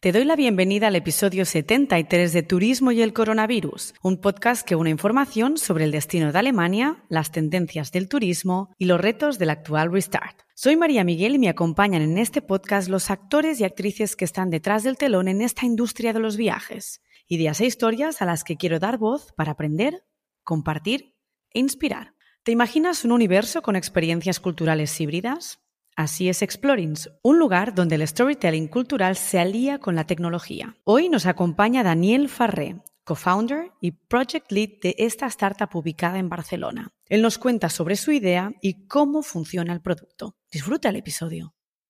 Te doy la bienvenida al episodio 73 de Turismo y el Coronavirus, un podcast que une información sobre el destino de Alemania, las tendencias del turismo y los retos del actual Restart. Soy María Miguel y me acompañan en este podcast los actores y actrices que están detrás del telón en esta industria de los viajes. Ideas e historias a las que quiero dar voz para aprender, compartir e inspirar. ¿Te imaginas un universo con experiencias culturales híbridas? Así es Explorings, un lugar donde el storytelling cultural se alía con la tecnología. Hoy nos acompaña Daniel Farré, co-founder y project lead de esta startup ubicada en Barcelona. Él nos cuenta sobre su idea y cómo funciona el producto. Disfruta el episodio.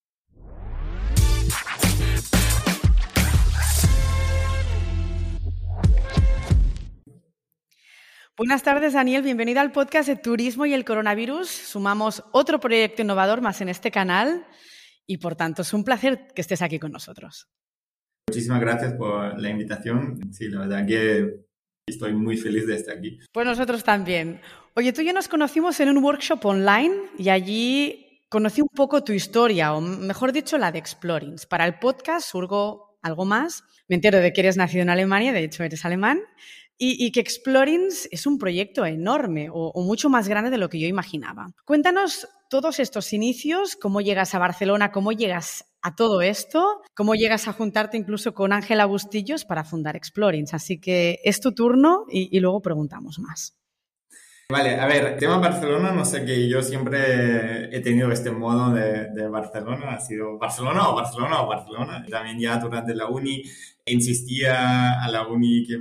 Buenas tardes, Daniel. Bienvenido al podcast de Turismo y el Coronavirus. Sumamos otro proyecto innovador más en este canal y, por tanto, es un placer que estés aquí con nosotros. Muchísimas gracias por la invitación. Sí, la verdad que estoy muy feliz de estar aquí. Pues nosotros también. Oye, tú y yo nos conocimos en un workshop online y allí conocí un poco tu historia, o mejor dicho, la de Explorings. Para el podcast surgo algo más. Me entero de que eres nacido en Alemania, de hecho eres alemán. Y que Explorings es un proyecto enorme o mucho más grande de lo que yo imaginaba. Cuéntanos todos estos inicios, cómo llegas a Barcelona, cómo llegas a todo esto, cómo llegas a juntarte incluso con Ángela Bustillos para fundar Explorings. Así que es tu turno y luego preguntamos más. Vale, a ver, tema Barcelona, no sé, que yo siempre he tenido este modo de Barcelona, ha sido Barcelona o Barcelona o Barcelona. También ya durante la uni insistía a la uni que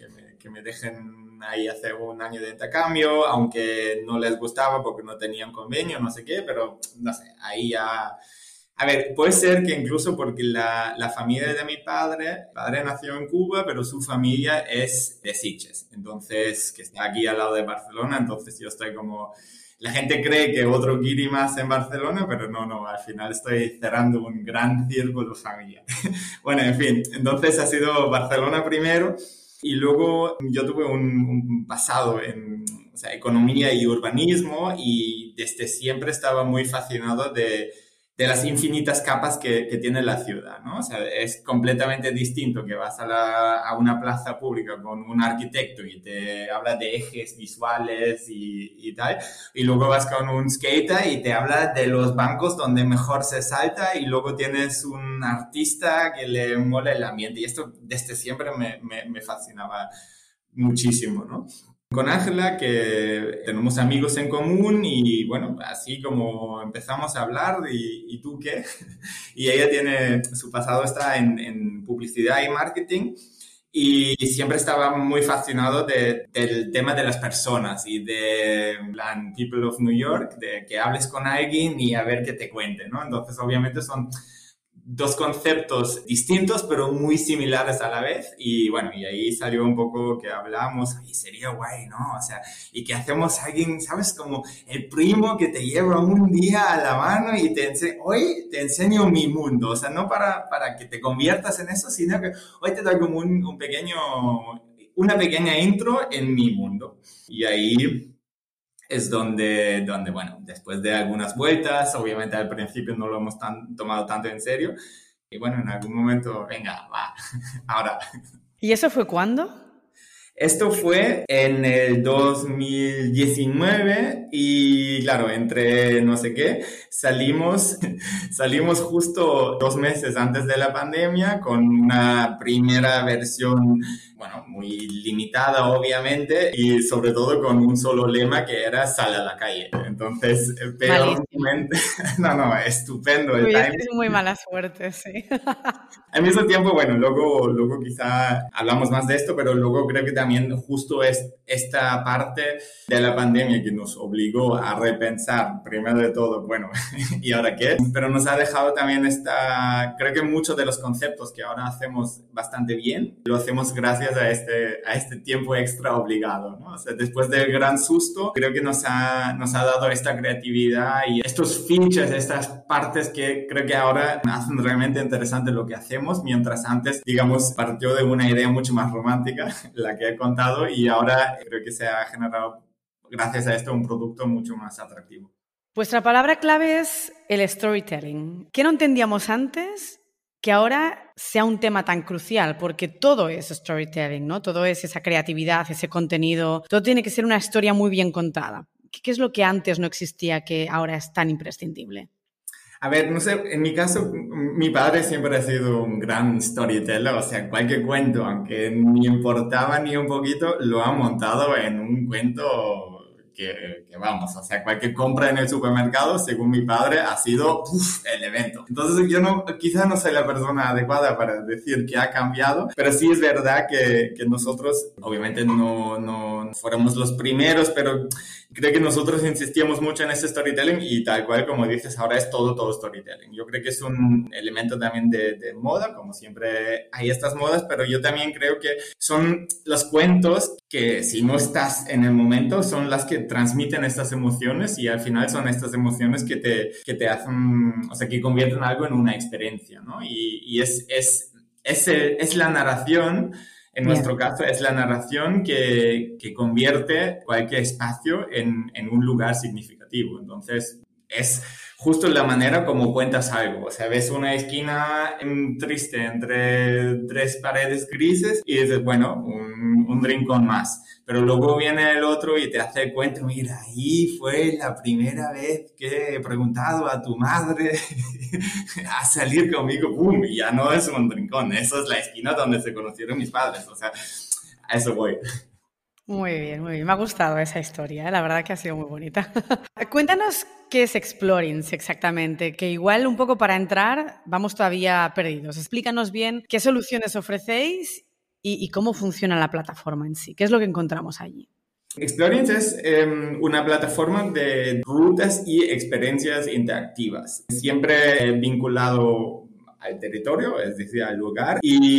me dejen ahí hacer un año de intercambio, aunque no les gustaba porque no tenían convenio, no sé qué, pero no sé, ahí ya... A ver, puede ser que incluso porque la familia de mi padre nació en Cuba, pero su familia es de Sitges, entonces, que está aquí al lado de Barcelona, entonces yo estoy como... La gente cree que otro guiri más en Barcelona, pero no, al final estoy cerrando un gran círculo familiar. Bueno, en fin, entonces ha sido Barcelona primero y luego yo tuve un pasado en economía y urbanismo y desde siempre estaba muy fascinado de las infinitas capas que tiene la ciudad, ¿no? O sea, es completamente distinto que vas a una plaza pública con un arquitecto y te habla de ejes visuales y tal, y luego vas con un skater y te habla de los bancos donde mejor se salta, y luego tienes un artista que le mola el ambiente, y esto desde siempre me fascinaba muchísimo, ¿no? Con Ángela, que tenemos amigos en común y bueno, así como empezamos a hablar, ¿y tú qué? Y ella tiene, su pasado está en publicidad y marketing y siempre estaba muy fascinado del tema de las personas y de plan People of New York, de que hables con alguien y a ver qué te cuente, ¿no? Entonces, obviamente son dos conceptos distintos, pero muy similares a la vez. Y bueno, y ahí salió un poco que hablamos, y sería guay, ¿no? O sea, y que hacemos alguien, ¿sabes? Como el primo que te lleva un día a la mano y hoy te enseño mi mundo. O sea, no para que te conviertas en eso, sino que hoy te doy como una pequeña intro en mi mundo. Y ahí es donde, bueno, después de algunas vueltas, obviamente al principio no lo hemos tomado tanto en serio, y bueno, en algún momento, venga, va, ahora. ¿Y eso fue cuándo? Esto fue en el 2019 y claro, entre no sé qué, salimos justo 2 meses antes de la pandemia con una primera versión, bueno, muy limitada obviamente y sobre todo con un solo lema que era sal a la calle. Entonces, peor momento, no, estupendo el timing. Es muy mala suerte, sí. Al mismo tiempo, bueno, luego quizá hablamos más de esto, pero luego creo que también justo es esta parte de la pandemia que nos obligó a repensar, primero de todo, bueno, ¿y ahora qué? Pero nos ha dejado también creo que muchos de los conceptos que ahora hacemos bastante bien, lo hacemos gracias a este tiempo extra obligado, ¿no? O sea, después del gran susto, creo que nos ha dado esta creatividad y estos features, estas partes que creo que ahora hacen realmente interesante lo que hacemos, mientras antes, digamos, partió de una idea mucho más romántica, la que he contado, y ahora creo que se ha generado, gracias a esto, un producto mucho más atractivo. Vuestra palabra clave es el storytelling. ¿Qué no entendíamos antes que ahora sea un tema tan crucial, porque todo es storytelling, ¿no? Todo es esa creatividad, ese contenido, todo tiene que ser una historia muy bien contada. ¿Qué es lo que antes no existía que ahora es tan imprescindible? A ver, no sé, en mi caso, mi padre siempre ha sido un gran storyteller, o sea, cualquier cuento, aunque ni importaba ni un poquito, lo ha montado en un cuento que vamos, o sea, cualquier compra en el supermercado, según mi padre, ha sido el evento. Entonces yo no, quizás no soy la persona adecuada para decir que ha cambiado, pero sí es verdad que nosotros, obviamente no fuéramos los primeros, pero creo que nosotros insistíamos mucho en ese storytelling y tal cual como dices, ahora es todo storytelling. Yo creo que es un elemento también de moda, como siempre hay estas modas, pero yo también creo que son los cuentos que si no estás en el momento son las que transmiten estas emociones y al final son estas emociones que te hacen, o sea, que convierten algo en una experiencia, ¿no? Y es la narración. En nuestro caso es la narración que convierte cualquier espacio en un lugar significativo. Entonces, es justo la manera como cuentas algo. O sea, ves una esquina triste entre tres paredes grises y dices, bueno, un rincón más. Pero luego viene el otro y te hace el cuento, mira, ahí fue la primera vez que he preguntado a tu madre a salir conmigo, ¡pum! Y ya no es un rincón, eso es la esquina donde se conocieron mis padres, o sea, a eso voy. Muy bien, muy bien. Me ha gustado esa historia, ¿eh? La verdad que ha sido muy bonita. Cuéntanos qué es Explorings exactamente, que igual un poco para entrar vamos todavía perdidos. Explícanos bien qué soluciones ofrecéis y cómo funciona la plataforma en sí. ¿Qué es lo que encontramos allí? Explorings es una plataforma de rutas y experiencias interactivas, siempre vinculado al territorio, es decir, al lugar.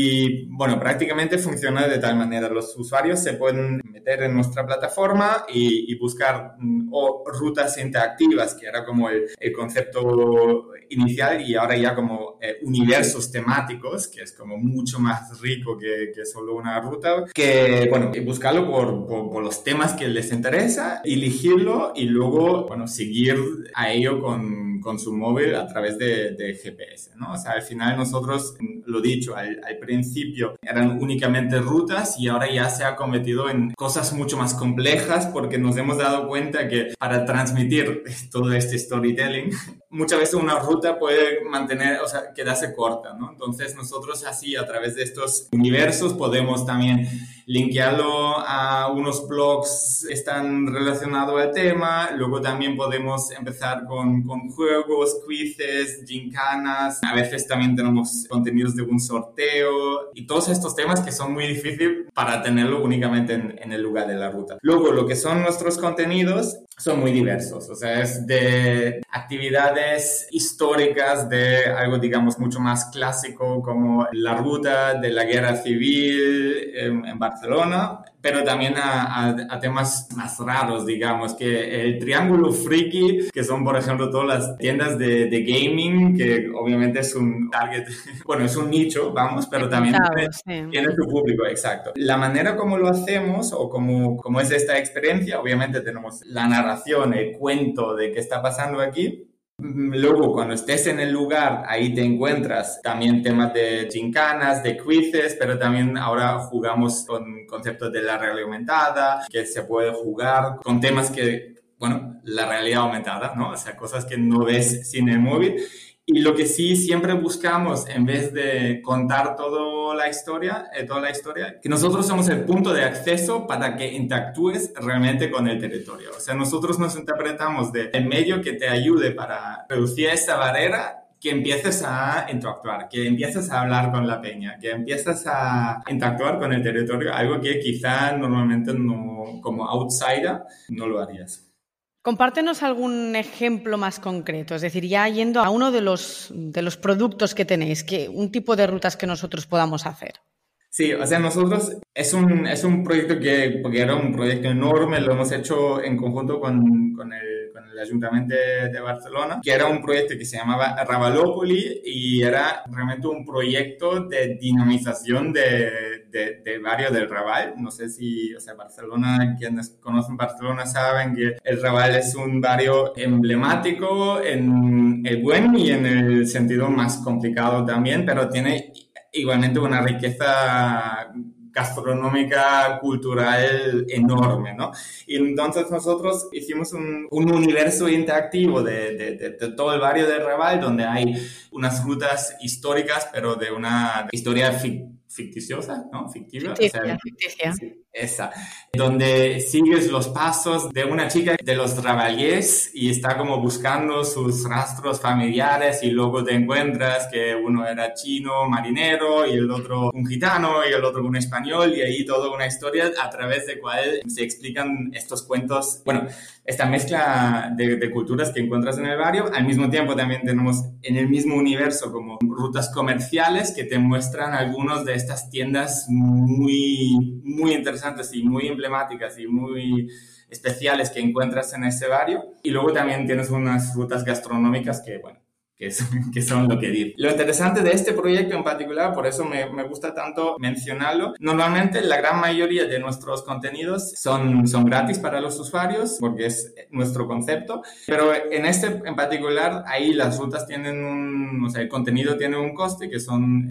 Y bueno, prácticamente funciona de tal manera. Los usuarios se pueden meter en nuestra plataforma y buscar o rutas interactivas, que era como el concepto inicial, y ahora ya como universos temáticos, que es como mucho más rico que solo una ruta, que bueno, buscarlo por los temas que les interesa, elegirlo y luego, bueno, seguir a ello con su móvil a través de GPS, ¿no? O sea, al final nosotros, lo dicho, al principio eran únicamente rutas y ahora ya se ha convertido en cosas mucho más complejas porque nos hemos dado cuenta que para transmitir todo este storytelling, muchas veces una ruta puede quedarse corta, ¿no? Entonces nosotros así a través de estos universos podemos también linkearlo a unos blogs que están relacionados al tema, luego también podemos empezar con juegos, quizzes, gincanas, a veces también tenemos contenidos de un sorteo y todos estos temas que son muy difíciles para tenerlo únicamente en el lugar de la ruta. Luego, lo que son nuestros contenidos son muy diversos, o sea, es de actividades históricas, de algo, digamos, mucho más clásico como la ruta de la guerra civil en Barcelona, pero también a temas más raros, digamos, que el triángulo friki, que son, por ejemplo, todas las tiendas de gaming, que obviamente es un target, bueno, es un nicho, vamos, pero también tiene su público, exacto. La manera como lo hacemos o como es esta experiencia, obviamente tenemos la narración, el cuento de qué está pasando aquí. Luego, cuando estés en el lugar, ahí te encuentras también temas de gincanas, de quizzes, pero también ahora jugamos con conceptos de la realidad aumentada, que se puede jugar con temas que, bueno, la realidad aumentada, ¿no? O sea, cosas que no ves sin el móvil. Y lo que sí siempre buscamos, en vez de contar toda la historia, que nosotros somos el punto de acceso para que interactúes realmente con el territorio. O sea, nosotros nos interpretamos del medio que te ayude para reducir esa barrera, que empieces a interactuar, que empieces a hablar con la peña, que empieces a interactuar con el territorio, algo que quizá normalmente no, como outsider, no lo harías. Compártenos algún ejemplo más concreto, es decir, ya yendo a uno de los productos que tenéis, un tipo de rutas que nosotros podamos hacer. Sí, o sea, nosotros es un proyecto porque era un proyecto enorme, lo hemos hecho en conjunto con el Ayuntamiento de Barcelona, que era un proyecto que se llamaba Ravalópoli y era realmente un proyecto de dinamización de del barrio del Raval. No sé si, o sea, Barcelona, quienes conocen Barcelona saben que el Raval es un barrio emblemático en el buen y en el sentido más complicado también, pero tiene igualmente una riqueza gastronómica, cultural enorme, ¿no? Y entonces nosotros hicimos un universo interactivo de todo el barrio de Raval, donde hay unas rutas históricas, pero de una historia ficticiosa, ¿no? Fictiva. O sea, Ficticia. sí, esa. Donde sigues los pasos de una chica de los Ravallés y está como buscando sus rastros familiares y luego te encuentras que uno era chino, marinero, y el otro un gitano y el otro un español, y ahí toda una historia a través de cual se explican estos cuentos, bueno, esta mezcla de culturas que encuentras en el barrio. Al mismo tiempo también tenemos en el mismo universo como rutas comerciales que te muestran algunos de estas tiendas muy, muy interesantes y muy emblemáticas y muy especiales que encuentras en ese barrio. Y luego también tienes unas rutas gastronómicas que, bueno, que son lo que dice. Lo interesante de este proyecto en particular, por eso me gusta tanto mencionarlo, normalmente la gran mayoría de nuestros contenidos son gratis para los usuarios, porque es nuestro concepto, pero en este en particular, ahí las rutas tienen o sea, el contenido tiene un coste que son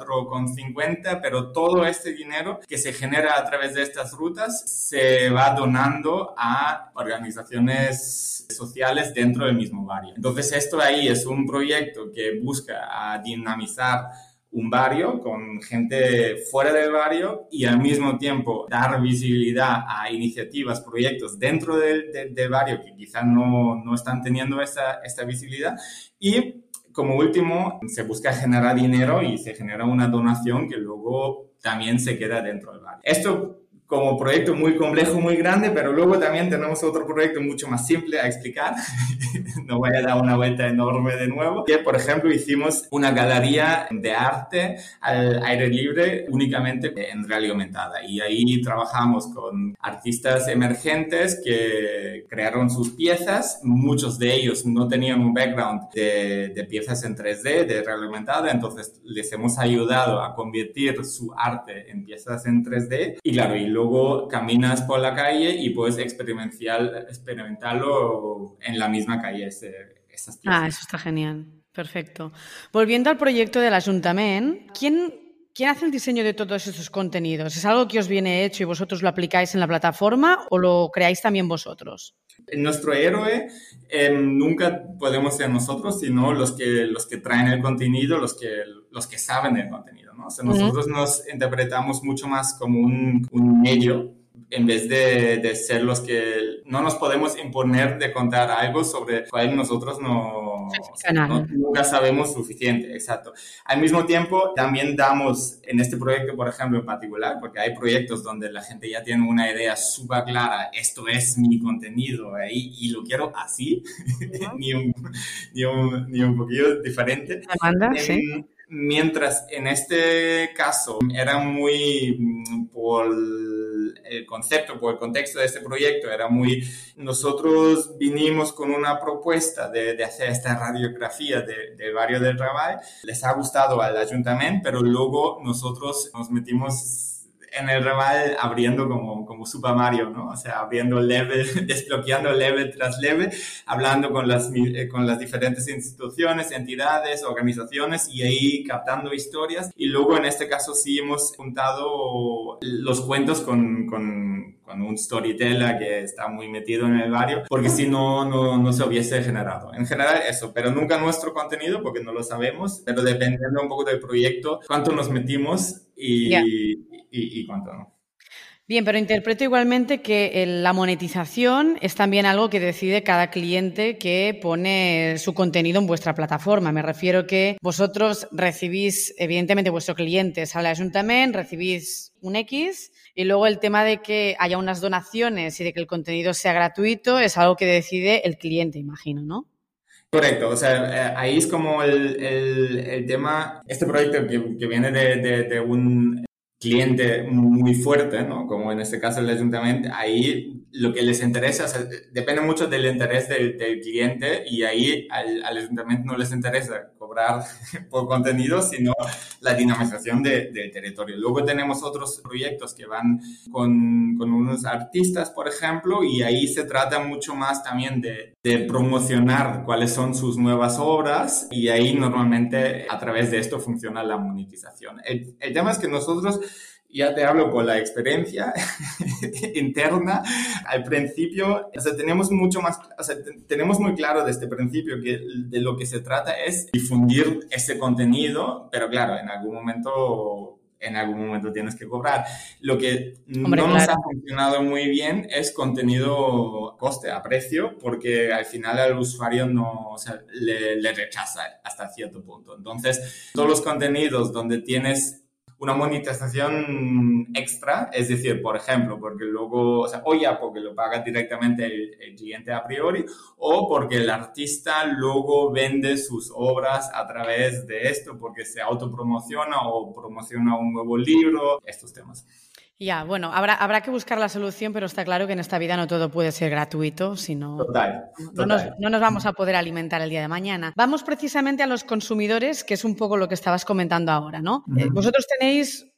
4,50, pero todo este dinero que se genera a través de estas rutas se va donando a organizaciones sociales dentro del mismo barrio. Entonces esto ahí es un proyecto que busca a dinamizar un barrio con gente fuera del barrio y al mismo tiempo dar visibilidad a iniciativas, proyectos dentro del barrio que quizás no están teniendo esta visibilidad. Y como último, se busca generar dinero y se genera una donación que luego también se queda dentro del barrio. Esto como proyecto muy complejo, muy grande, pero luego también tenemos otro proyecto mucho más simple a explicar. No voy a dar una vuelta enorme de nuevo. Que, por ejemplo, hicimos una galería de arte al aire libre únicamente en realidad aumentada. Y ahí trabajamos con artistas emergentes que crearon sus piezas. Muchos de ellos no tenían un background de piezas en 3D, de realidad aumentada. Entonces, les hemos ayudado a convertir su arte en piezas en 3D. Y claro, y luego caminas por la calle y puedes experimentarlo en la misma calle, esas piezas. Ah, eso está genial. Perfecto. Volviendo al proyecto del Ayuntamiento, ¿quién hace el diseño de todos esos contenidos? ¿Es algo que os viene hecho y vosotros lo aplicáis en la plataforma o lo creáis también vosotros? Nuestro héroe nunca podemos ser nosotros, sino los que traen el contenido, los que saben el contenido, ¿no? O sea, nosotros nos interpretamos mucho más como un medio en vez de ser los que no nos podemos imponer de contar algo sobre el cual nosotros nunca sabemos suficiente, exacto. Al mismo tiempo, también damos en este proyecto, por ejemplo, en particular, porque hay proyectos donde la gente ya tiene una idea súper clara, esto es mi contenido y lo quiero así, ni un poquito diferente. Sí. Mientras en este caso era muy por el concepto, por el contexto de este proyecto, nosotros vinimos con una propuesta de hacer esta radiografía del barrio del Raval. Les ha gustado al ayuntamiento, pero luego nosotros nos metimos en el Raval abriendo como Super Mario, ¿no? O sea, abriendo level, desbloqueando level tras level, hablando con las diferentes instituciones, entidades, organizaciones y ahí captando historias. Y luego en este caso sí hemos juntado los cuentos con un storyteller que está muy metido en el barrio, porque si no se hubiese generado. En general eso, pero nunca nuestro contenido porque no lo sabemos, pero dependiendo un poco del proyecto, cuánto nos metimos y cuánto no. Bien, pero interpreto igualmente que la monetización es también algo que decide cada cliente que pone su contenido en vuestra plataforma. Me refiero que vosotros recibís, evidentemente vuestro cliente sale al ayuntamiento, recibís un X y luego el tema de que haya unas donaciones y de que el contenido sea gratuito es algo que decide el cliente, imagino, ¿no? Correcto, o sea, ahí es como el tema, este proyecto que viene de un cliente muy fuerte, ¿no? Como en este caso el ayuntamiento, ahí lo que les interesa, o sea, depende mucho del interés del cliente y ahí al ayuntamiento no les interesa cobrar cobrar por contenido, sino la dinamización del territorio. Luego tenemos otros proyectos que van con unos artistas, por ejemplo, y ahí se trata mucho más también de promocionar cuáles son sus nuevas obras, y ahí normalmente a través de esto funciona la monetización. El tema es que nosotros, ya te hablo por la experiencia interna, al principio, o sea, tenemos mucho más, o sea, tenemos muy claro desde el principio que de lo que se trata es difundir ese contenido, pero claro, en algún momento tienes que cobrar. Lo que Hombre, no nos claro. ha funcionado muy bien es contenido coste a precio, porque al final al usuario no, o sea, le rechaza hasta cierto punto. Entonces, todos los contenidos donde tienes una monetización extra, es decir, por ejemplo, porque luego, o sea, o ya porque lo paga directamente el cliente a priori, o porque el artista luego vende sus obras a través de esto, porque se autopromociona o promociona un nuevo libro, estos temas. Ya, bueno, habrá que buscar la solución, pero está claro que en esta vida no todo puede ser gratuito, sino Total, total. no nos vamos a poder alimentar el día de mañana. Vamos precisamente a los consumidores, que es un poco lo que estabas comentando ahora, ¿no? Vosotros tenéis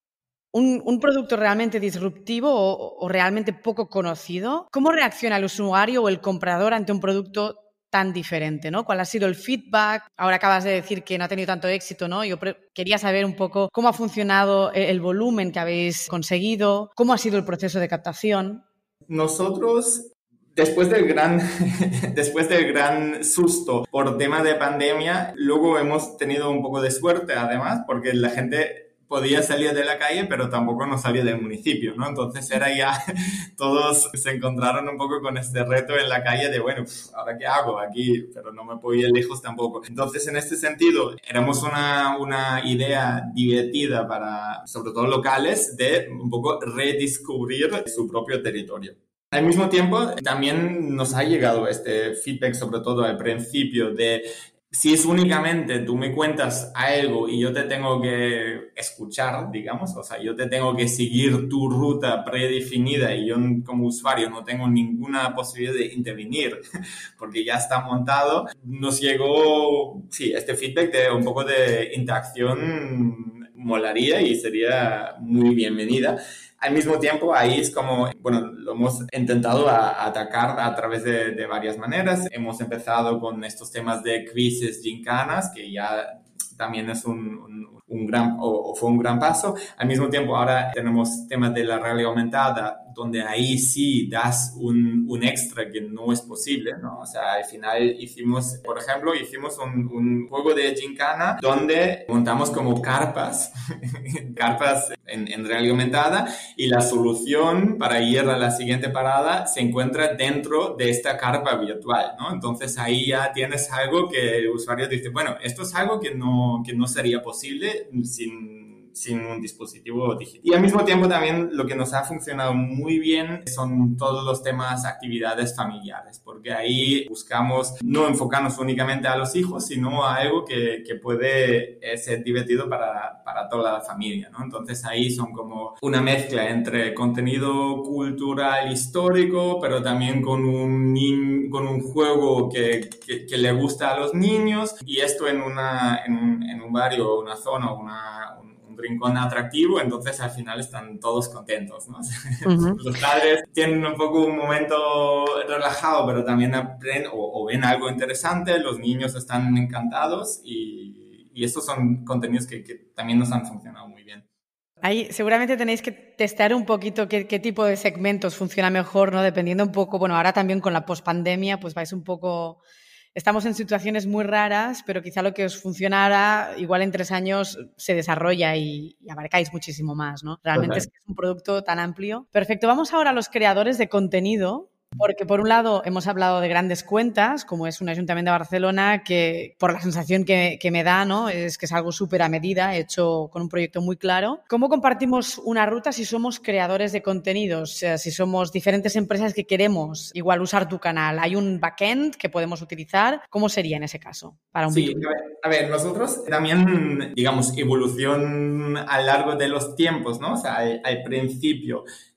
un producto realmente disruptivo o realmente poco conocido. ¿Cómo reacciona el usuario o el comprador ante un producto tan diferente, ¿no? ¿Cuál ha sido el feedback? Ahora acabas de decir que no ha tenido tanto éxito, ¿no? Yo quería saber un poco cómo ha funcionado el volumen que habéis conseguido, cómo ha sido el proceso de captación. Nosotros, después del gran, después del gran susto por tema de pandemia, luego hemos tenido un poco de suerte, además, porque la gente podía salir de la calle, pero tampoco no salía del municipio, ¿no? Entonces era ya, todos se encontraron un poco con este reto en la calle de, bueno, ¿ahora qué hago aquí? Pero no me puedo ir lejos tampoco. Entonces, en este sentido, éramos una idea divertida para, sobre todo locales, de un poco redescubrir su propio territorio. Al mismo tiempo, también nos ha llegado este feedback, sobre todo al principio, de si es únicamente tú me cuentas algo y yo te tengo que escuchar, digamos, o sea, yo te tengo que seguir tu ruta predefinida y yo como usuario no tengo ninguna posibilidad de intervenir porque ya está montado, nos llegó, sí, este feedback de un poco de interacción molaría y sería muy bienvenida. Al mismo tiempo, ahí es como, bueno, lo hemos intentado atacar a través de varias maneras. Hemos empezado con estos temas de quizzes, gincanas, que ya también es un gran, o fue un gran paso. Al mismo tiempo, ahora tenemos temas de la realidad aumentada, donde ahí sí das un extra que no es posible, ¿no? O sea, al final hicimos, por ejemplo, un juego de gincana donde montamos como carpas, carpas en realidad aumentada, y la solución para ir a la siguiente parada se encuentra dentro de esta carpa virtual, ¿no? Entonces ahí ya tienes algo que el usuario dice, bueno, esto es algo que no sería posible sin un dispositivo digital. Y al mismo tiempo también lo que nos ha funcionado muy bien son todos los temas actividades familiares, porque ahí buscamos no enfocarnos únicamente a los hijos, sino a algo que puede ser divertido para toda la familia, ¿no? Entonces ahí son como una mezcla entre contenido cultural histórico, pero también con un juego que le gusta a los niños, y esto en un barrio, una zona, un rincón atractivo, entonces al final están todos contentos, ¿no? Uh-huh. Los padres tienen un poco un momento relajado, pero también aprenden o ven algo interesante, los niños están encantados, y estos son contenidos que también nos han funcionado muy bien. Ahí seguramente tenéis que testar un poquito qué tipo de segmentos funciona mejor, ¿no? Dependiendo un poco, bueno, ahora también con la pospandemia, pues vais un poco... Estamos en situaciones muy raras, pero quizá lo que os funcionara, igual en 3 años se desarrolla y abarcáis muchísimo más, ¿no? Realmente es que es un producto tan amplio. Perfecto, vamos ahora a los creadores de contenido. Porque, por un lado, hemos hablado de grandes cuentas, como es un Ayuntamiento de Barcelona, que por la sensación que me da, ¿no? Es que es algo súper a medida, hecho con un proyecto muy claro. ¿Cómo compartimos una ruta si somos creadores de contenidos? O sea, si somos diferentes empresas que queremos igual usar tu canal. ¿Hay un backend que podemos utilizar? ¿Cómo sería en ese caso para un Sí, B2B? a ver, nosotros también, digamos, evolución a lo largo de los tiempos, ¿no? O sea, al principio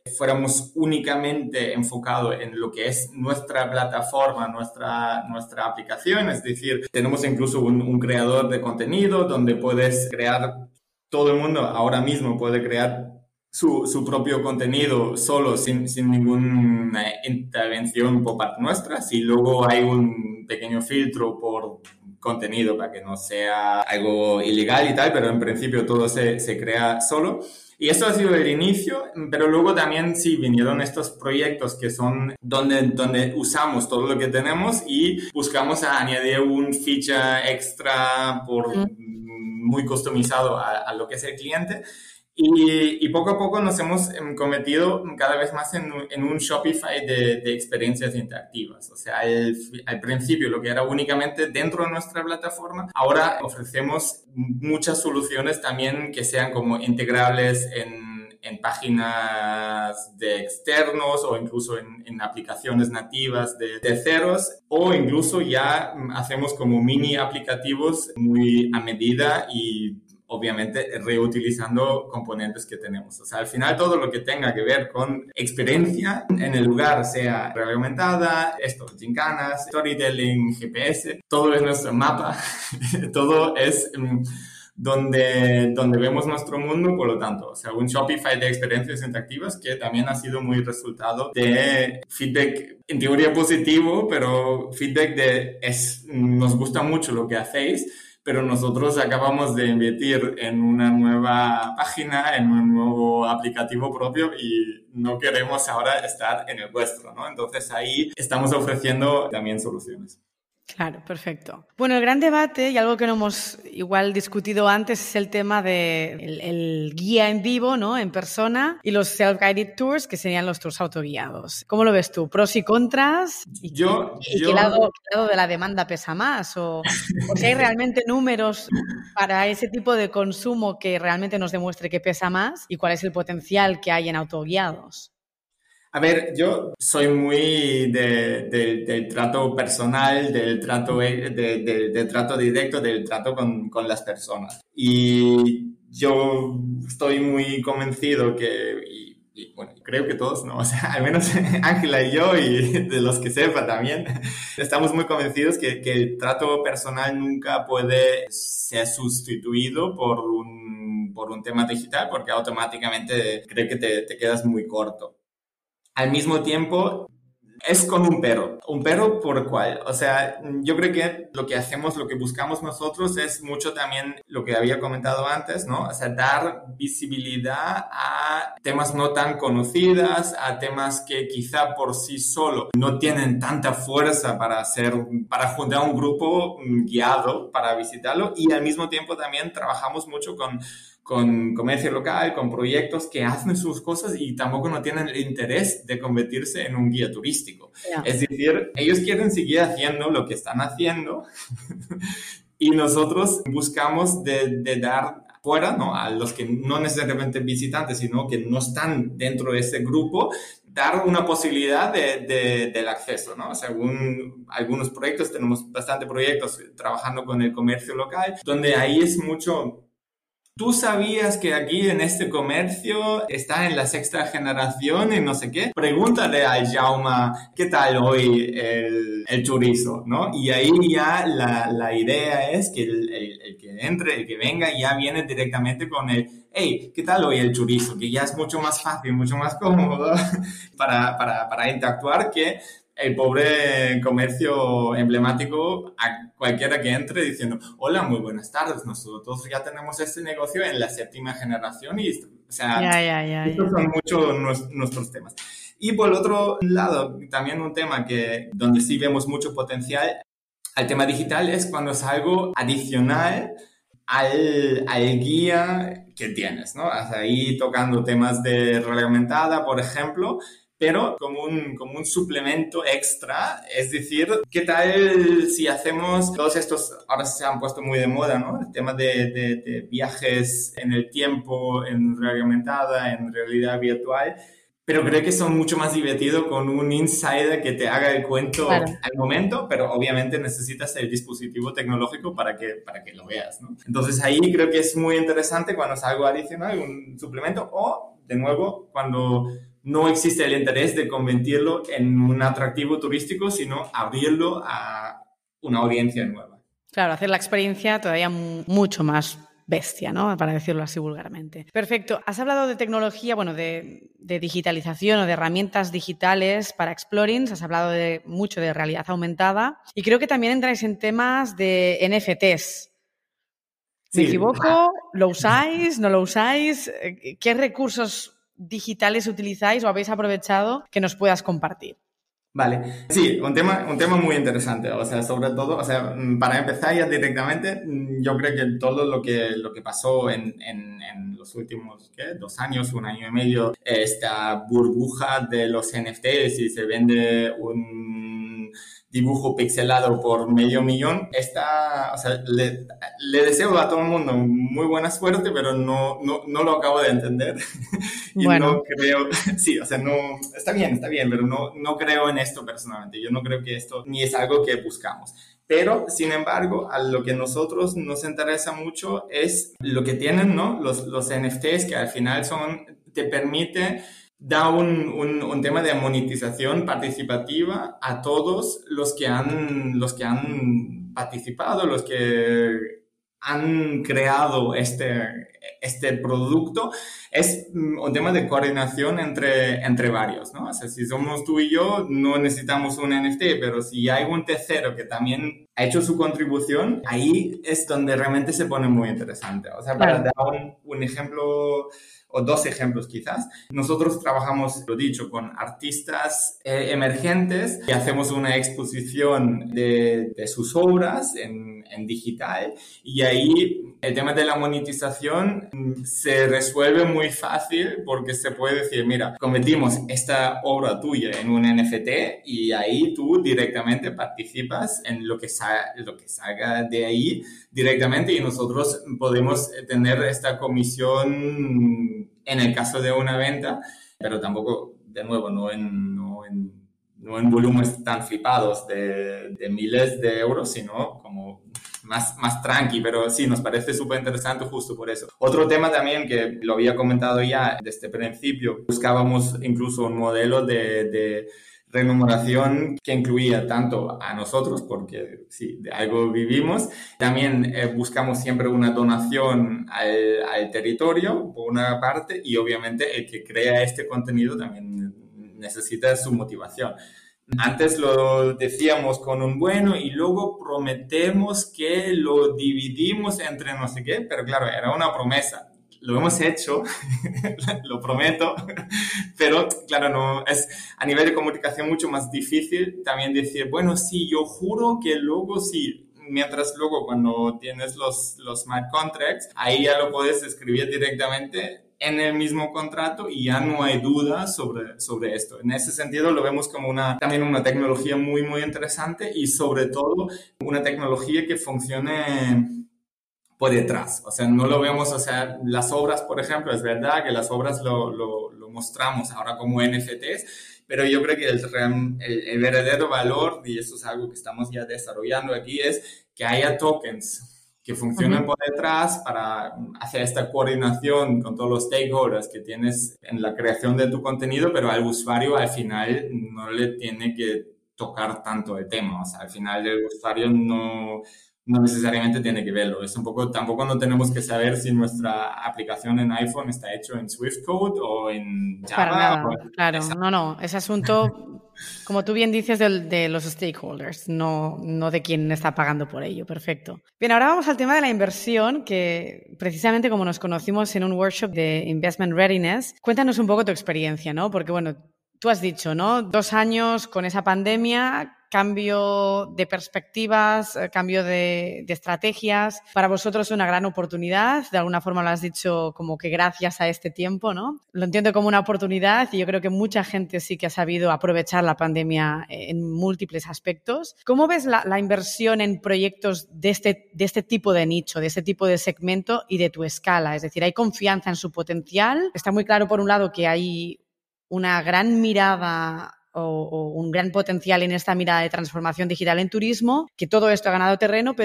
fuéramos únicamente enfocados en lo que es nuestra plataforma, nuestra aplicación. Es decir, tenemos incluso un creador de contenido donde puedes crear, todo el mundo ahora mismo puede crear su propio contenido solo, sin ninguna intervención por parte nuestra. Si luego hay un pequeño filtro por contenido para que no sea algo ilegal y tal, pero en principio todo se crea solo. Y eso ha sido el inicio, pero luego también sí vinieron estos proyectos que son donde usamos todo lo que tenemos y buscamos añadir un feature extra muy customizado a lo que es el cliente. Y poco a poco nos hemos convertido cada vez más en un Shopify de experiencias interactivas. O sea, al principio lo que era únicamente dentro de nuestra plataforma, ahora ofrecemos muchas soluciones también que sean como integrables en páginas de externos o incluso en aplicaciones nativas de terceros, o incluso ya hacemos como mini aplicativos muy a medida y obviamente reutilizando componentes que tenemos. O sea, al final todo lo que tenga que ver con experiencia en el lugar, sea realidad aumentada, gincanas, storytelling, GPS, todo es nuestro mapa, todo es donde vemos nuestro mundo, por lo tanto, o sea, un Shopify de experiencias interactivas que también ha sido muy resultado de feedback, en teoría positivo, pero feedback nos gusta mucho lo que hacéis, pero nosotros acabamos de invertir en una nueva página, en un nuevo aplicativo propio y no queremos ahora estar en el vuestro, ¿no? Entonces ahí estamos ofreciendo también soluciones. Claro, perfecto. Bueno, el gran debate, y algo que no hemos igual discutido antes, es el tema de el guía en vivo, ¿no? En persona, y los self-guided tours, que serían los tours autoguiados. ¿Cómo lo ves tú? ¿Pros y contras? ¿Qué lado de la demanda pesa más? ¿O si hay realmente números para ese tipo de consumo que realmente nos demuestre que pesa más? ¿Y cuál es el potencial que hay en autoguiados? A ver, yo soy muy del trato personal, del trato directo, del trato con las personas. Y yo estoy muy convencido bueno, creo que todos, ¿no? O sea, al menos Ángela y yo, y de los que sepa también, estamos muy convencidos que el trato personal nunca puede ser sustituido por un tema digital, porque automáticamente creo que te quedas muy corto. Al mismo tiempo, es con un pero. ¿Un pero por cuál? O sea, yo creo que lo que hacemos, lo que buscamos nosotros es mucho también lo que había comentado antes, ¿no? O sea, dar visibilidad a temas no tan conocidas, a temas que quizá por sí solo no tienen tanta fuerza para juntar un grupo guiado para visitarlo, y al mismo tiempo también trabajamos mucho con comercio local, con proyectos que hacen sus cosas y tampoco no tienen el interés de convertirse en un guía turístico. Yeah. Es decir, ellos quieren seguir haciendo lo que están haciendo y nosotros buscamos de dar fuera, ¿no? A los que no necesariamente visitantes, sino que no están dentro de ese grupo, dar una posibilidad del acceso, ¿no? Según algunos proyectos, tenemos bastantes proyectos trabajando con el comercio local, donde ahí es mucho... ¿Tú sabías que aquí en este comercio está en la 6ª generación y no sé qué? Pregúntale a Jaume qué tal hoy el chorizo, ¿no? Y ahí ya la idea es que el que entre, el que venga, ya viene directamente con hey, ¿qué tal hoy el chorizo? Que ya es mucho más fácil, mucho más cómodo para interactuar que el pobre comercio emblemático, a cualquiera que entre diciendo, hola, muy buenas tardes, nosotros ya tenemos este negocio en la 7ª generación y, o sea, estos son muchos nuestros temas. Y por el otro lado, también un tema donde sí vemos mucho potencial al tema digital es cuando es algo adicional al guía que tienes, ¿no? Hasta ahí tocando temas de realidad aumentada, por ejemplo, pero como un suplemento extra. Es decir, ¿qué tal si hacemos todos estos, ahora se han puesto muy de moda, ¿no? El tema de viajes en el tiempo, en realidad aumentada, en realidad virtual, pero creo que son mucho más divertidos con un insider que te haga el cuento al momento, pero obviamente necesitas el dispositivo tecnológico para que lo veas, ¿no? Entonces ahí creo que es muy interesante cuando es algo adicional, un suplemento, o de nuevo, cuando no existe el interés de convertirlo en un atractivo turístico, sino abrirlo a una audiencia nueva. Claro, hacer la experiencia todavía mucho más bestia, ¿no? Para decirlo así vulgarmente. Perfecto. Has hablado de tecnología, bueno, de digitalización o de herramientas digitales para Explorins, has hablado mucho de realidad aumentada y creo que también entráis en temas de NFTs. ¿Me equivoco? ¿Lo usáis? ¿No lo usáis? ¿Qué recursos digitales utilizáis o habéis aprovechado que nos puedas compartir? Vale, sí, un tema muy interesante, o sea, sobre todo, o sea, para empezar ya directamente, yo creo que todo lo que pasó en los últimos, ¿qué? 2 años, 1 año y medio, esta burbuja de los NFTs y se vende un dibujo pixelado por $500,000, o sea, le deseo a todo el mundo muy buena suerte, pero no lo acabo de entender. Y bueno. No creo, sí, o sea, no, está bien, pero no creo en esto personalmente. Yo no creo que esto ni es algo que buscamos. Pero, sin embargo, a lo que nosotros nos interesa mucho es lo que tienen, ¿no? Los NFTs, que al final te permite dar un tema de monetización participativa a todos los que han participado, los que han creado este producto. Es un tema de coordinación entre varios, ¿no? O sea, si somos tú y yo, no necesitamos un NFT, pero si hay un tercero que también ha hecho su contribución, ahí es donde realmente se pone muy interesante. O sea, para dar un ejemplo o 2 ejemplos quizás. Nosotros trabajamos, lo dicho, con artistas emergentes y hacemos una exposición de sus obras en digital, y ahí el tema de la monetización se resuelve muy fácil porque se puede decir, mira, convertimos esta obra tuya en un NFT y ahí tú directamente participas en lo que salga de ahí directamente, y nosotros podemos tener esta comisión en el caso de una venta, pero tampoco, de nuevo, no en volúmenes tan flipados de miles de euros, sino como más tranqui, pero sí, nos parece súper interesante justo por eso. Otro tema también que lo había comentado ya desde el principio, buscábamos incluso un modelo de remuneración que incluía tanto a nosotros, porque sí, de algo vivimos. También buscamos siempre una donación al territorio, por una parte, y obviamente el que crea este contenido también necesita su motivación. Antes lo decíamos con un bueno y luego prometemos que lo dividimos entre no sé qué, pero claro, era una promesa. Lo hemos hecho, lo prometo, pero claro, no es a nivel de comunicación mucho más difícil también decir, bueno, sí, yo juro que luego sí, mientras luego cuando tienes los smart contracts, ahí ya lo puedes escribir directamente en el mismo contrato y ya no hay duda sobre esto. En ese sentido lo vemos como también una tecnología muy, muy interesante, y sobre todo una tecnología que funcione por detrás. O sea, no lo vemos, o sea, las obras, por ejemplo, es verdad que las obras lo mostramos ahora como NFTs, pero yo creo que el verdadero valor, y eso es algo que estamos ya desarrollando aquí, es que haya tokens que funcionen por detrás para hacer esta coordinación con todos los stakeholders que tienes en la creación de tu contenido, pero al usuario al final no le tiene que tocar tanto el tema. O sea, al final el usuario no necesariamente tiene que verlo. Es un poco, tampoco no tenemos que saber si nuestra aplicación en iPhone está hecho en Swift Code o en Java. Para nada, claro. No, ese asunto, como tú bien dices, de los stakeholders, no de quién está pagando por ello. Perfecto. Bien, ahora vamos al tema de la inversión, que precisamente como nos conocimos en un workshop de Investment Readiness, cuéntanos un poco tu experiencia, ¿no? Porque, bueno, tú has dicho, ¿no? 2 años con esa pandemia, cambio de perspectivas, cambio de estrategias. Para vosotros una gran oportunidad. De alguna forma lo has dicho como que gracias a este tiempo, ¿no? Lo entiendo como una oportunidad y yo creo que mucha gente sí que ha sabido aprovechar la pandemia en múltiples aspectos. ¿Cómo ves la inversión en proyectos de este tipo de nicho, de este tipo de segmento y de tu escala? Es decir, ¿hay confianza en su potencial? Está muy claro, por un lado, que hay una gran mirada o un gran potencial en esta mirada de transformación digital en turismo, que todo esto ha ganado terreno, pero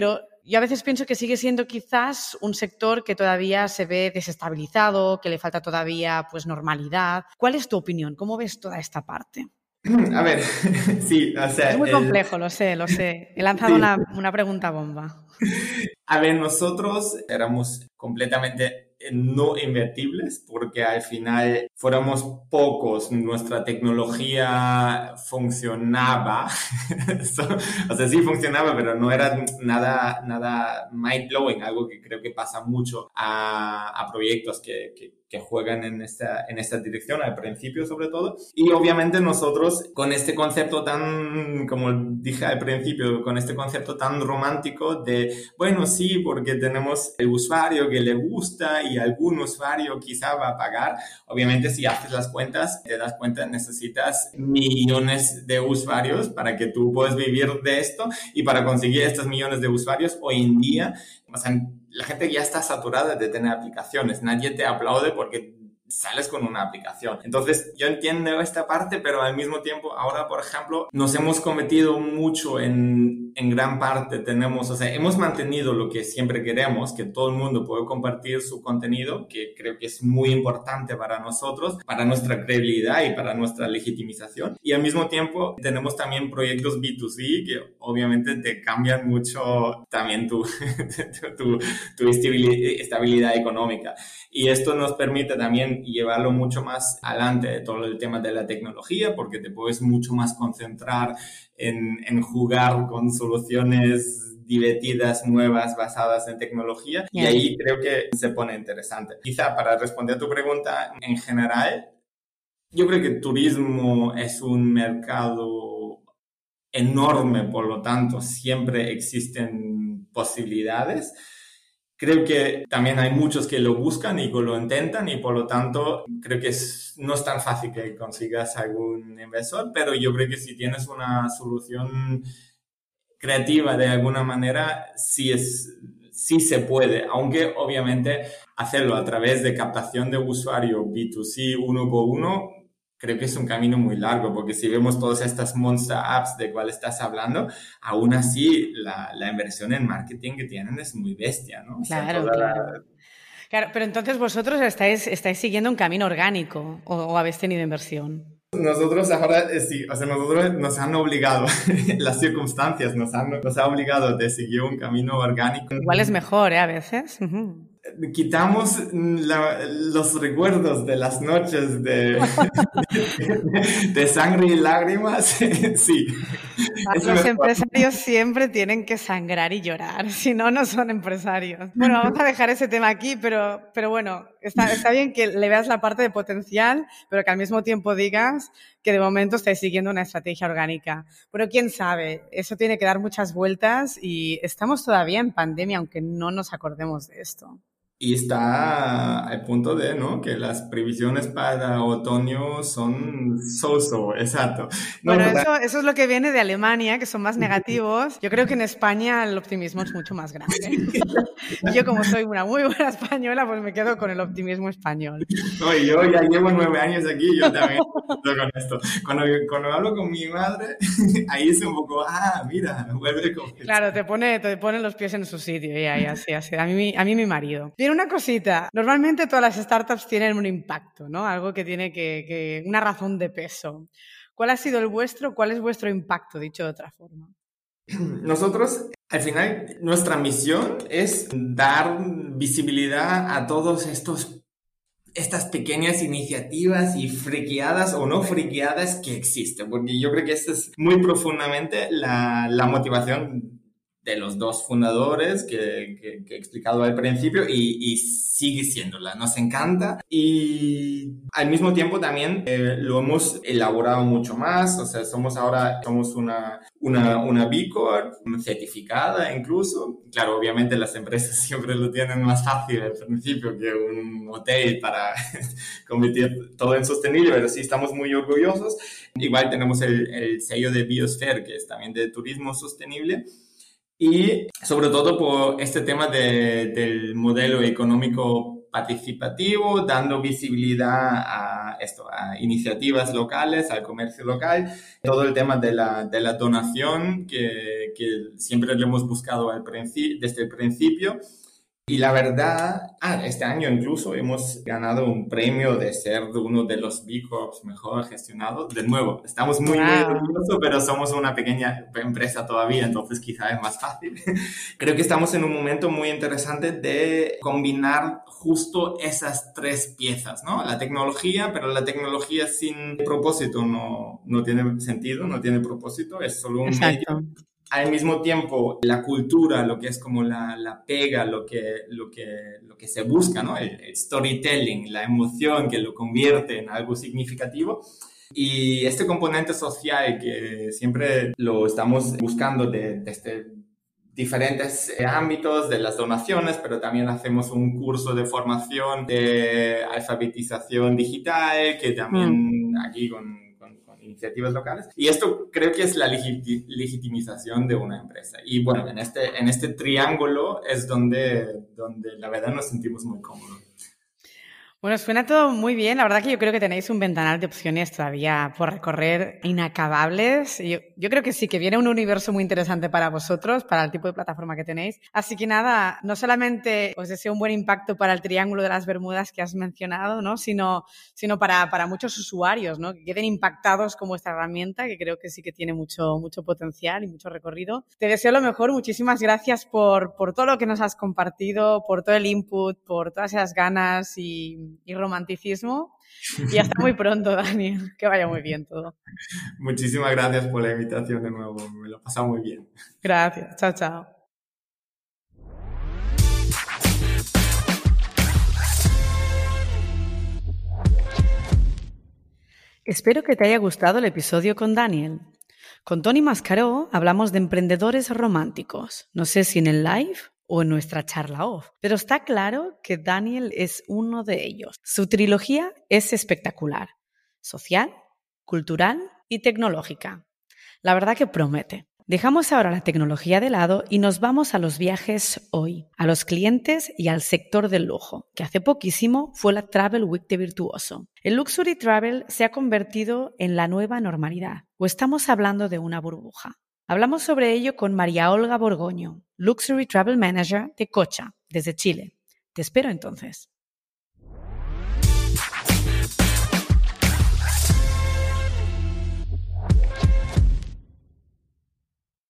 Yo a veces pienso que sigue siendo quizás un sector que todavía se ve desestabilizado, que le falta todavía pues normalidad. ¿Cuál es tu opinión? ¿Cómo ves toda esta parte? A ver, sí, o sea, Es muy complejo, lo sé, lo sé. He lanzado sí. una pregunta bomba. A ver, nosotros éramos completamente no invertibles porque al final fuéramos pocos, nuestra tecnología funcionaba, o sea, sí funcionaba, pero no era nada mind-blowing, algo que creo que pasa mucho a proyectos que juegan en esta dirección, al principio sobre todo. Y obviamente nosotros con este concepto tan, como dije al principio, con este concepto tan romántico de, bueno, sí, porque tenemos el usuario que le gusta y algún usuario quizá va a pagar. Obviamente si haces las cuentas, te das cuenta, necesitas millones de usuarios para que tú puedas vivir de esto, y para conseguir estos millones de usuarios hoy en día, o sea, la gente ya está saturada de tener aplicaciones. Nadie te aplaude porque sales con una aplicación. Entonces, yo entiendo esta parte, pero al mismo tiempo, ahora, por ejemplo, nos hemos cometido mucho en gran parte. O sea, hemos mantenido lo que siempre queremos, que todo el mundo pueda compartir su contenido, que creo que es muy importante para nosotros, para nuestra credibilidad y para nuestra legitimización. Y al mismo tiempo, tenemos también proyectos B2C que obviamente te cambian mucho también tu estabilidad económica. Y esto nos permite también llevarlo mucho más adelante de todo el tema de la tecnología, porque te puedes mucho más concentrar en jugar con soluciones divertidas, nuevas, basadas en tecnología. Y ahí creo que se pone interesante. Quizá para responder a tu pregunta en general, yo creo que turismo es un mercado enorme, por lo tanto, siempre existen posibilidades. Creo que también hay muchos que lo buscan y que lo intentan, y por lo tanto creo que no es tan fácil que consigas algún inversor, pero yo creo que si tienes una solución creativa de alguna manera, sí se puede, aunque obviamente hacerlo a través de captación de usuario B2C uno por uno, creo que es un camino muy largo, porque si vemos todas estas monster apps de cuál estás hablando, aún así la inversión en marketing que tienen es muy bestia, ¿no? Claro, claro. Claro, pero entonces vosotros estáis siguiendo un camino orgánico o habéis tenido inversión. Nosotros ahora sí, o sea, nosotros nos han obligado, las circunstancias nos han obligado de seguir un camino orgánico. Igual es mejor, ¿eh? A veces. Uh-huh. Quitamos los recuerdos de las noches de sangre y lágrimas, sí. Los empresarios siempre tienen que sangrar y llorar, si no, no son empresarios. Bueno, vamos a dejar ese tema aquí, pero bueno, está bien que le veas la parte de potencial, pero que al mismo tiempo digas que de momento estáis siguiendo una estrategia orgánica. Pero quién sabe, eso tiene que dar muchas vueltas y estamos todavía en pandemia, aunque no nos acordemos de esto. Y está al punto de, ¿no?, que las previsiones para otoño son so-so, exacto. No, bueno, eso es lo que viene de Alemania, que son más negativos. Yo creo que en España el optimismo es mucho más grande. Yo, como soy una muy buena española, pues me quedo con el optimismo español. No, y yo ya llevo 9 años aquí, yo también estoy con esto. Cuando hablo con mi madre, ahí es un poco, mira, vuelve con... Claro, te pone los pies en su sitio, ya, sí. A mí mi marido. Tiene una cosita, normalmente todas las startups tienen un impacto, ¿no? Algo que tiene una razón de peso. ¿Cuál ha sido el vuestro? ¿Cuál es vuestro impacto, dicho de otra forma? Nosotros, al final, nuestra misión es dar visibilidad a todos estas pequeñas iniciativas y friqueadas o no friqueadas que existen, porque yo creo que esta es muy profundamente la motivación de los dos fundadores que he explicado al principio, y sigue siéndola. Nos encanta, y al mismo tiempo también lo hemos elaborado mucho más. O sea, somos una B Corp certificada incluso. Claro, obviamente las empresas siempre lo tienen más fácil al principio que un hotel para convertir todo en sostenible, pero sí estamos muy orgullosos. Igual tenemos el sello de Biosphere, que es también de turismo sostenible. Y sobre todo por este tema del modelo económico participativo, dando visibilidad a iniciativas locales, al comercio local, todo el tema de la donación que que siempre lo hemos buscado desde el principio. Y la verdad, este año incluso hemos ganado un premio de ser uno de los B Corps mejor gestionados. De nuevo, estamos muy Wow. orgullosos, pero somos una pequeña empresa todavía, entonces quizá es más fácil. Creo que estamos en un momento muy interesante de combinar justo esas tres piezas, ¿no? La tecnología, pero la tecnología sin propósito no tiene sentido, no tiene propósito, es solo un medio. Exacto. Al mismo tiempo, la cultura, lo que es como la pega, lo que se busca, ¿no? El storytelling, la emoción que lo convierte en algo significativo. Y este componente social que siempre lo estamos buscando desde diferentes ámbitos de las donaciones, pero también hacemos un curso de formación de alfabetización digital, que Mm. también aquí con iniciativas locales. Y esto creo que es la legitimización de una empresa. Y bueno, en este triángulo es donde la verdad nos sentimos muy cómodos. Bueno, suena todo muy bien. La verdad que yo creo que tenéis un ventanal de opciones todavía por recorrer inacabables. Yo creo que sí, que viene un universo muy interesante para vosotros, para el tipo de plataforma que tenéis. Así que nada, no solamente os deseo un buen impacto para el Triángulo de las Bermudas que has mencionado, ¿no? sino para muchos usuarios, ¿no? Que queden impactados con vuestra herramienta, que creo que sí que tiene mucho potencial y mucho recorrido. Te deseo lo mejor. Muchísimas gracias por todo lo que nos has compartido, por todo el input, por todas esas ganas y romanticismo. Y hasta muy pronto, Daniel. Que vaya muy bien todo. Muchísimas gracias por la invitación de nuevo. Me lo he pasado muy bien. Gracias. Chao, chao. Espero que te haya gustado el episodio con Daniel. Con Tony Mascaró hablamos de emprendedores románticos. No sé si en el live o en nuestra charla off, pero está claro que Daniel es uno de ellos. Su trilogía es espectacular: social, cultural y tecnológica. La verdad que promete. Dejamos ahora la tecnología de lado y nos vamos a los viajes hoy, a los clientes y al sector del lujo, que hace poquísimo fue la Travel Week de Virtuoso. El Luxury Travel se ha convertido en la nueva normalidad, o estamos hablando de una burbuja. Hablamos sobre ello con María Olga Borgoño, Luxury Travel Manager de Cocha, desde Chile. Te espero entonces.